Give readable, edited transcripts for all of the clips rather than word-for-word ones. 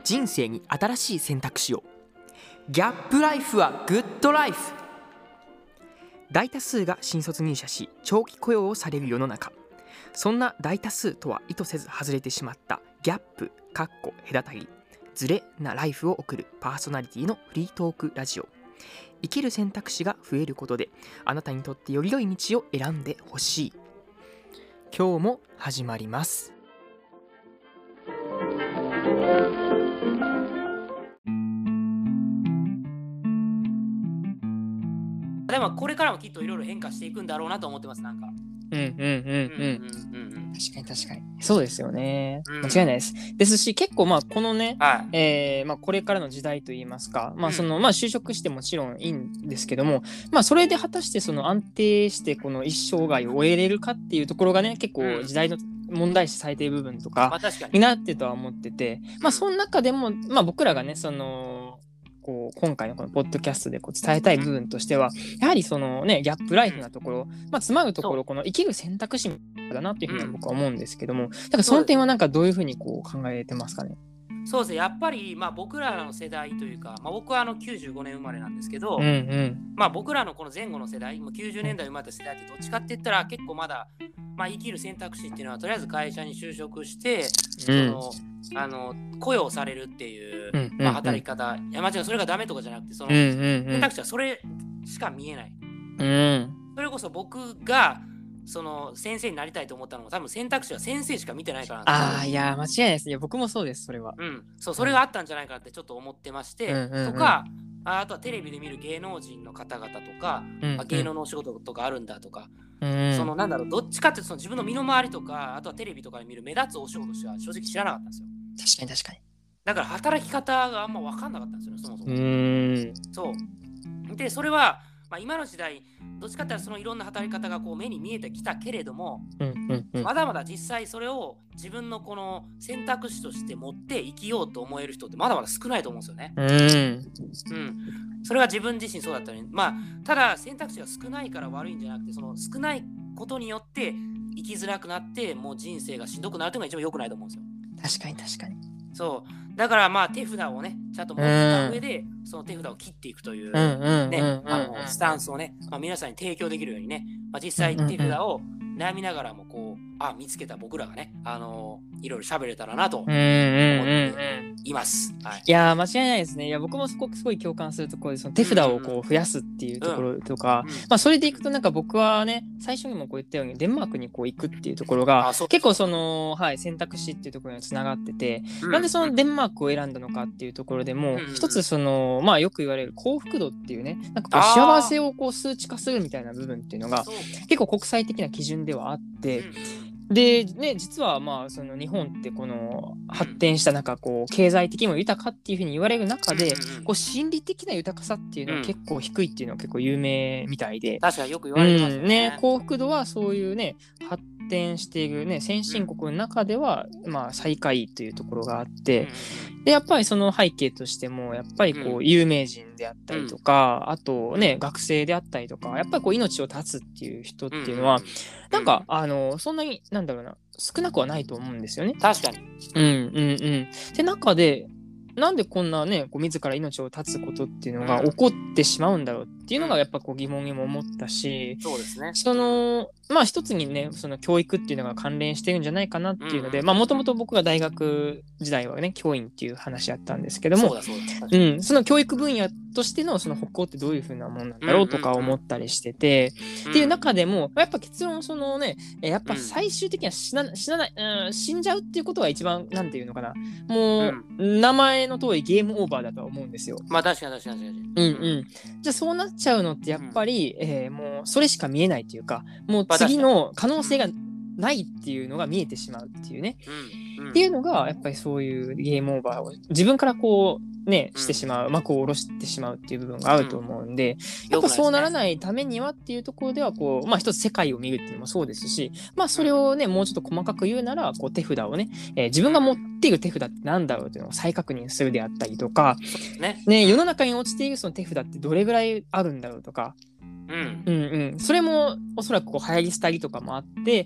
人生に新しい選択肢を。ギャップライフはグッドライフ。大多数が新卒入社し長期雇用をされる世の中、そんな大多数とは意図せず外れてしまったギャップ隔たりズレなライフを送るパーソナリティのフリートークラジオ。生きる選択肢が増えることであなたにとってより良い道を選んでほしい。今日も始まります。 でもこれからもきっといろいろ変化していくんだろうなと思ってます。なんか確かにそうですよね、間違いないですし、結構このね、これからの時代といいますか、就職してもちろんいいんですけども、それで果たしてその安定してこの一生涯を終えれるかっていうところがね、結構時代の問題視されている部分とかになってとは思ってて、その中でも僕らがね今回のこのポッドキャストで伝えたい部分としては、やはりそのねギャップライフなところ、つまるところこの生きる選択肢だなっていうふうには僕は思うんですけども、だからその点はなんかどういうふうに考えてますかね。 そうですね、やっぱり僕らの世代というか、僕は95年生まれなんですけど、僕らのこの前後の世代、90年代生まれた世代ってどっちかって言ったら結構まだ、生きる選択肢っていうのはとりあえず会社に就職して、雇用されるっていう、働き方、いやもちろんそれがダメとかじゃなくて、その選択肢はそれしか見えない。それこそ僕がその先生になりたいと思ったのも多分選択肢は先生しか見てないからな。いや間違いないです。いや僕もそうです。それは。 それがあったんじゃないかなってちょっと思ってまして、とか、あとはテレビで見る芸能人の方々とか、芸能のお仕事とかあるんだとか、そのどっちかっていうとその自分の身の回りとか、あとはテレビとかで見る目立つお仕事しか正直知らなかったんですよ。 確かに。 だから働き方があんま分かんなかったんですよね、そもそも。そうで、それは今の時代どっちかっていうとそのいろんな働き方が目に見えてきたけれども、まだまだ実際それを自分のこの選択肢として持って生きようと思える人ってまだまだ少ないと思うんですよね。それは自分自身そうだったのに、ただ選択肢が少ないから悪いんじゃなくて、その少ないことによって生きづらくなってもう人生がしんどくなるというのが一番良くないと思うんですよ。 確かに。 そうだから手札をねちゃんと持った上でその手札を切っていくというスタンスをね、皆さんに提供できるようにね、実際手札を悩みながらも見つけた僕らがね、いろいろ喋れたらなと思っています。 いや間違いないですね。いや僕もすごい共感するところで、その手札を増やすっていうところとか、それでいくとなんか僕はね、最初にも言ったようにデンマークに行くっていうところが結構その選択肢っていうところにつながってて、なんでそのデンマークを選んだのかっていうところでも、一つそのよく言われる幸福度っていうね、なんか幸せを数値化するみたいな部分っていうのが結構国際的な基準ではあって、でね、実はその日本ってこの発展した経済的にも豊かっていうふうに言われる中で、心理的な豊かさっていうのは結構低いっていうのは結構有名みたいで、 確かによく言われてますね。 幸福度はそういうね発展しているね先進国の中では最下位というところがあって、でやっぱりその背景としてもやっぱり有名人であったりとか、あとね学生であったりとか、やっぱり命を絶つっていう人っていうのはなんかそんなに少なくはないと思うんですよね。 確かに。 って中でなんでこんなね自ら命を絶つことっていうのが起こってしまうんだろうっていうのがやっぱ疑問にも思ったし、 そうですね。 その一つにねその教育っていうのが関連してるんじゃないかなっていうので、もともと僕が大学時代はね教員っていう話あったんですけども、その教育分野としてのその北欧ってどういう風なもんなんだろうとか思ったりしてて、っていう中でもやっぱ結論そのねやっぱ最終的には死んじゃうっていうことが一番なんていうのかな、もう名前の通りゲームオーバーだとは思うんですよ。 確かに。 じゃあそうなっちゃうのってやっぱり、もうそれしか見えないというか、もう次の可能性がないっていうのが見えてしまうっていうね、っていうのがやっぱりそういうゲームオーバーを自分からしてしまう、幕を下ろしてしまうっていう部分があると思うんで、やっぱそうならないためにはっていうところでは一つ世界を見るっていうのもそうですし、それをねもうちょっと細かく言うなら手札をね、自分が持っている手札ってなんだろうっていうのを再確認するであったりとか、世の中に落ちているその手札ってどれぐらいあるんだろうとか、 それもおそらくこう流行り廃りとかもあって、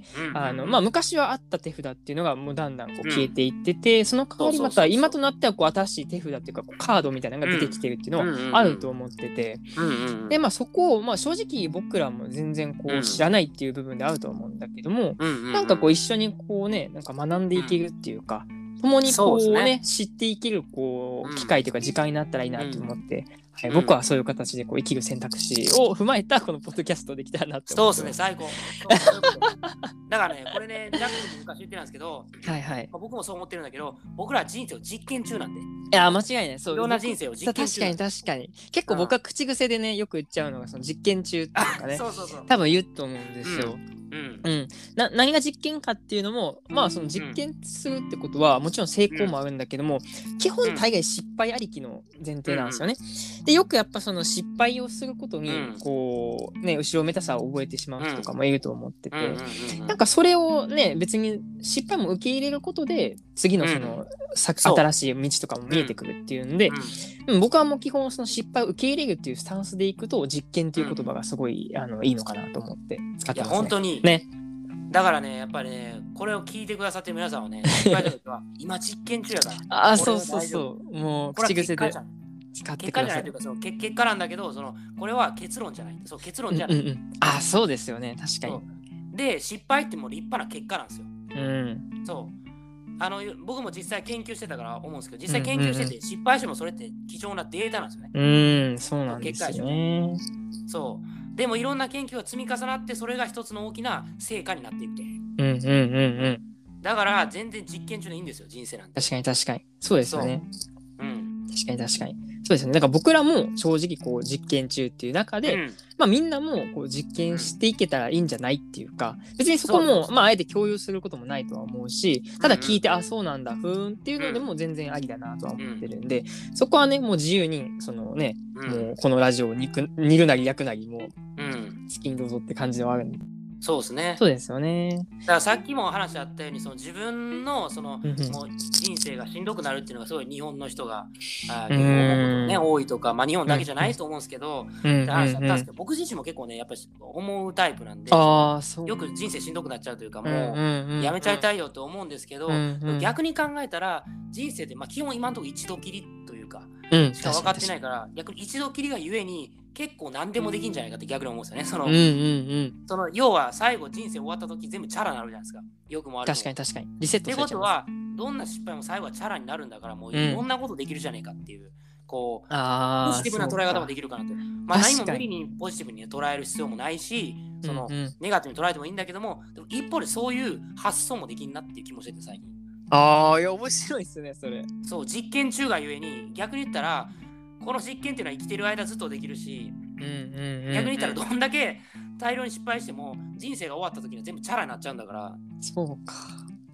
昔はあった手札っていうのがもうだんだんこう消えていってて、その代わりまた今となってはこう新しい手札っていうかこうカードみたいなのが出てきてるっていうのはあると思ってて、でそこを正直僕らも全然こう知らないっていう部分であると思うんだけども、なんかこう一緒にこうねなんか学んでいけるっていうか、共にこうね知っていけるこう機会というか時間になったらいいなと思って、僕はそういう形でこう生きる選択肢を踏まえたこのポッドキャストできたらなって思って。そうですね、最高。だからね、これね、ジャックも昔言ってたんですけど、僕もそう思ってるんだけど、僕らは人生を実験中なんで。 いや、間違いない。そう。 いろんな人生を実験中。 確かに。結構僕は口癖でね、よく言っちゃうのが、その実験中っていうかね、多分言うと思うんですよ。何が実験かっていうのもその実験するってことはもちろん成功もあるんだけども、基本大概失敗ありきの前提なんですよね。でよくやっぱその失敗をすることにこうね後ろめたさを覚えてしまう人とかもいると思ってて、なんかそれをね別に失敗も受け入れることで次のその新しい道とかも見えてくるっていうんで、僕はもう基本その失敗を受け入れるっていうスタンスでいくと実験っていう言葉がすごいいいのかなと思って使ってますね。 本当にね。 だからねやっぱりねこれを聞いてくださってる皆さんはね今実験中やから。 そうもう口癖で使ってください。 結果じゃないというかその結果なんだけどこれは結論じゃない。結論じゃない。 そうですよね確かに。 で失敗ってもう立派な結果なんですよ。僕も実際研究してたから思うんですけど、実際研究してて失敗してもそれって貴重なデータなんですよね。 そうなんですよね。 でもいろんな研究が積み重なってそれが一つの大きな成果になっていくと。だから全然実験中でいいんですよ人生なんて。 確かにそうですよね。確かにそうですよね。だから僕らも正直こう実験中っていう中で、みんなもこう実験していけたらいいんじゃないっていうか、別にそこもあえて共有することもないとは思うし、ただ聞いてそうなんだっていうのでも全然ありだなとは思ってるんで、そこはねもう自由にそのね、もうこのラジオを煮るなり焼くなりもう好きにどうぞって感じではあるんで。 そうですね。 そうですよね。 だからさっきも話あったように自分のもう人生がしんどくなるっていうのがすごい日本の人が多いとか、日本だけじゃないと思うんですけど、話あったんですけど、僕自身も結構ねやっぱり思うタイプなんで、よく人生しんどくなっちゃうというかもうやめちゃいたいよと思うんですけど、逆に考えたら人生って基本今のところ一度きりというかしか分かってないから、逆に一度きりがゆえに結構何でもできんじゃないかって逆に思うんですよね。要は最後人生終わった時全部チャラになるじゃないですか。よくもある。 確かにリセットされちゃう。 ってことはどんな失敗も最後はチャラになるんだからもういろんなことできるじゃねえかっていうポジティブな捉え方もできるかなと。何も無理にポジティブに捉える必要もないし、ネガティブに捉えてもいいんだけども、でも一方でそういう発想もできんなっていう気もしてて最近。 いや面白いっすねそれ。 実験中がゆえに逆に言ったらこの実験っていうのは生きてる間ずっとできるし、逆に言ったらどんだけ大量に失敗しても人生が終わった時には全部チャラになっちゃうんだから。 そうか。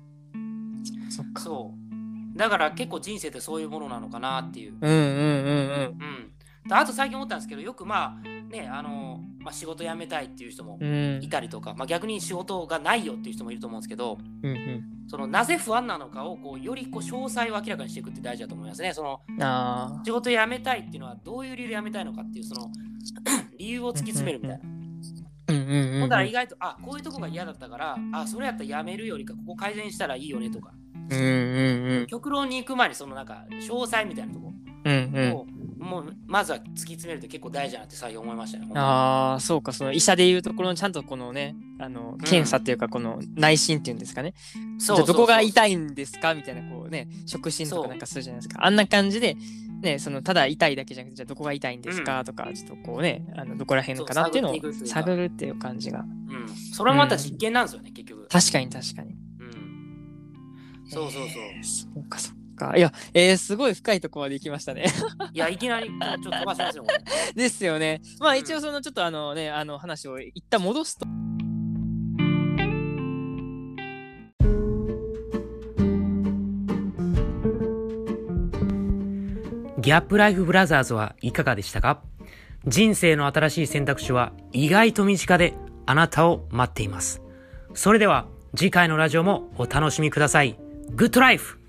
だから結構人生ってそういうものなのかなっていう。あと最近思ったんですけどよく仕事辞めたいっていう人もいたりとか、逆に仕事がないよっていう人もいると思うんですけど、なぜ不安なのかをより詳細を明らかにしていくって大事だと思いますね。仕事辞めたいっていうのはどういう理由で辞めたいのかっていう理由を突き詰めるみたいな。ほんだら意外とこういうとこが嫌だったからそれやったら辞めるよりかここ改善したらいいよねとか、極論に行く前に詳細みたいなとこをもうまずは突き詰めると結構大事だなって最近思いましたね。 そうか。その医者でいうところのちゃんとこのね検査っていうかこの内診っていうんですかね。どこが痛いんですかみたいな触診とかなんかするじゃないですか。あんな感じでねただ痛いだけじゃなくてじゃあどこが痛いんですかとかちょっとどこら辺かなっていうのを探るっていう感じが。 それもまた実験なんですよね結局。 確かに。そうか。いや、すごい深いところまで行きましたね。 いや、いきなりちょっと飛ばしますよ。 ですよね。一応ちょっと話を一旦戻すと。 ギャップライフブラザーズはいかがでしたか？人生の新しい選択肢は意外と身近であなたを待っています。それでは次回のラジオもお楽しみください。グッドライフ！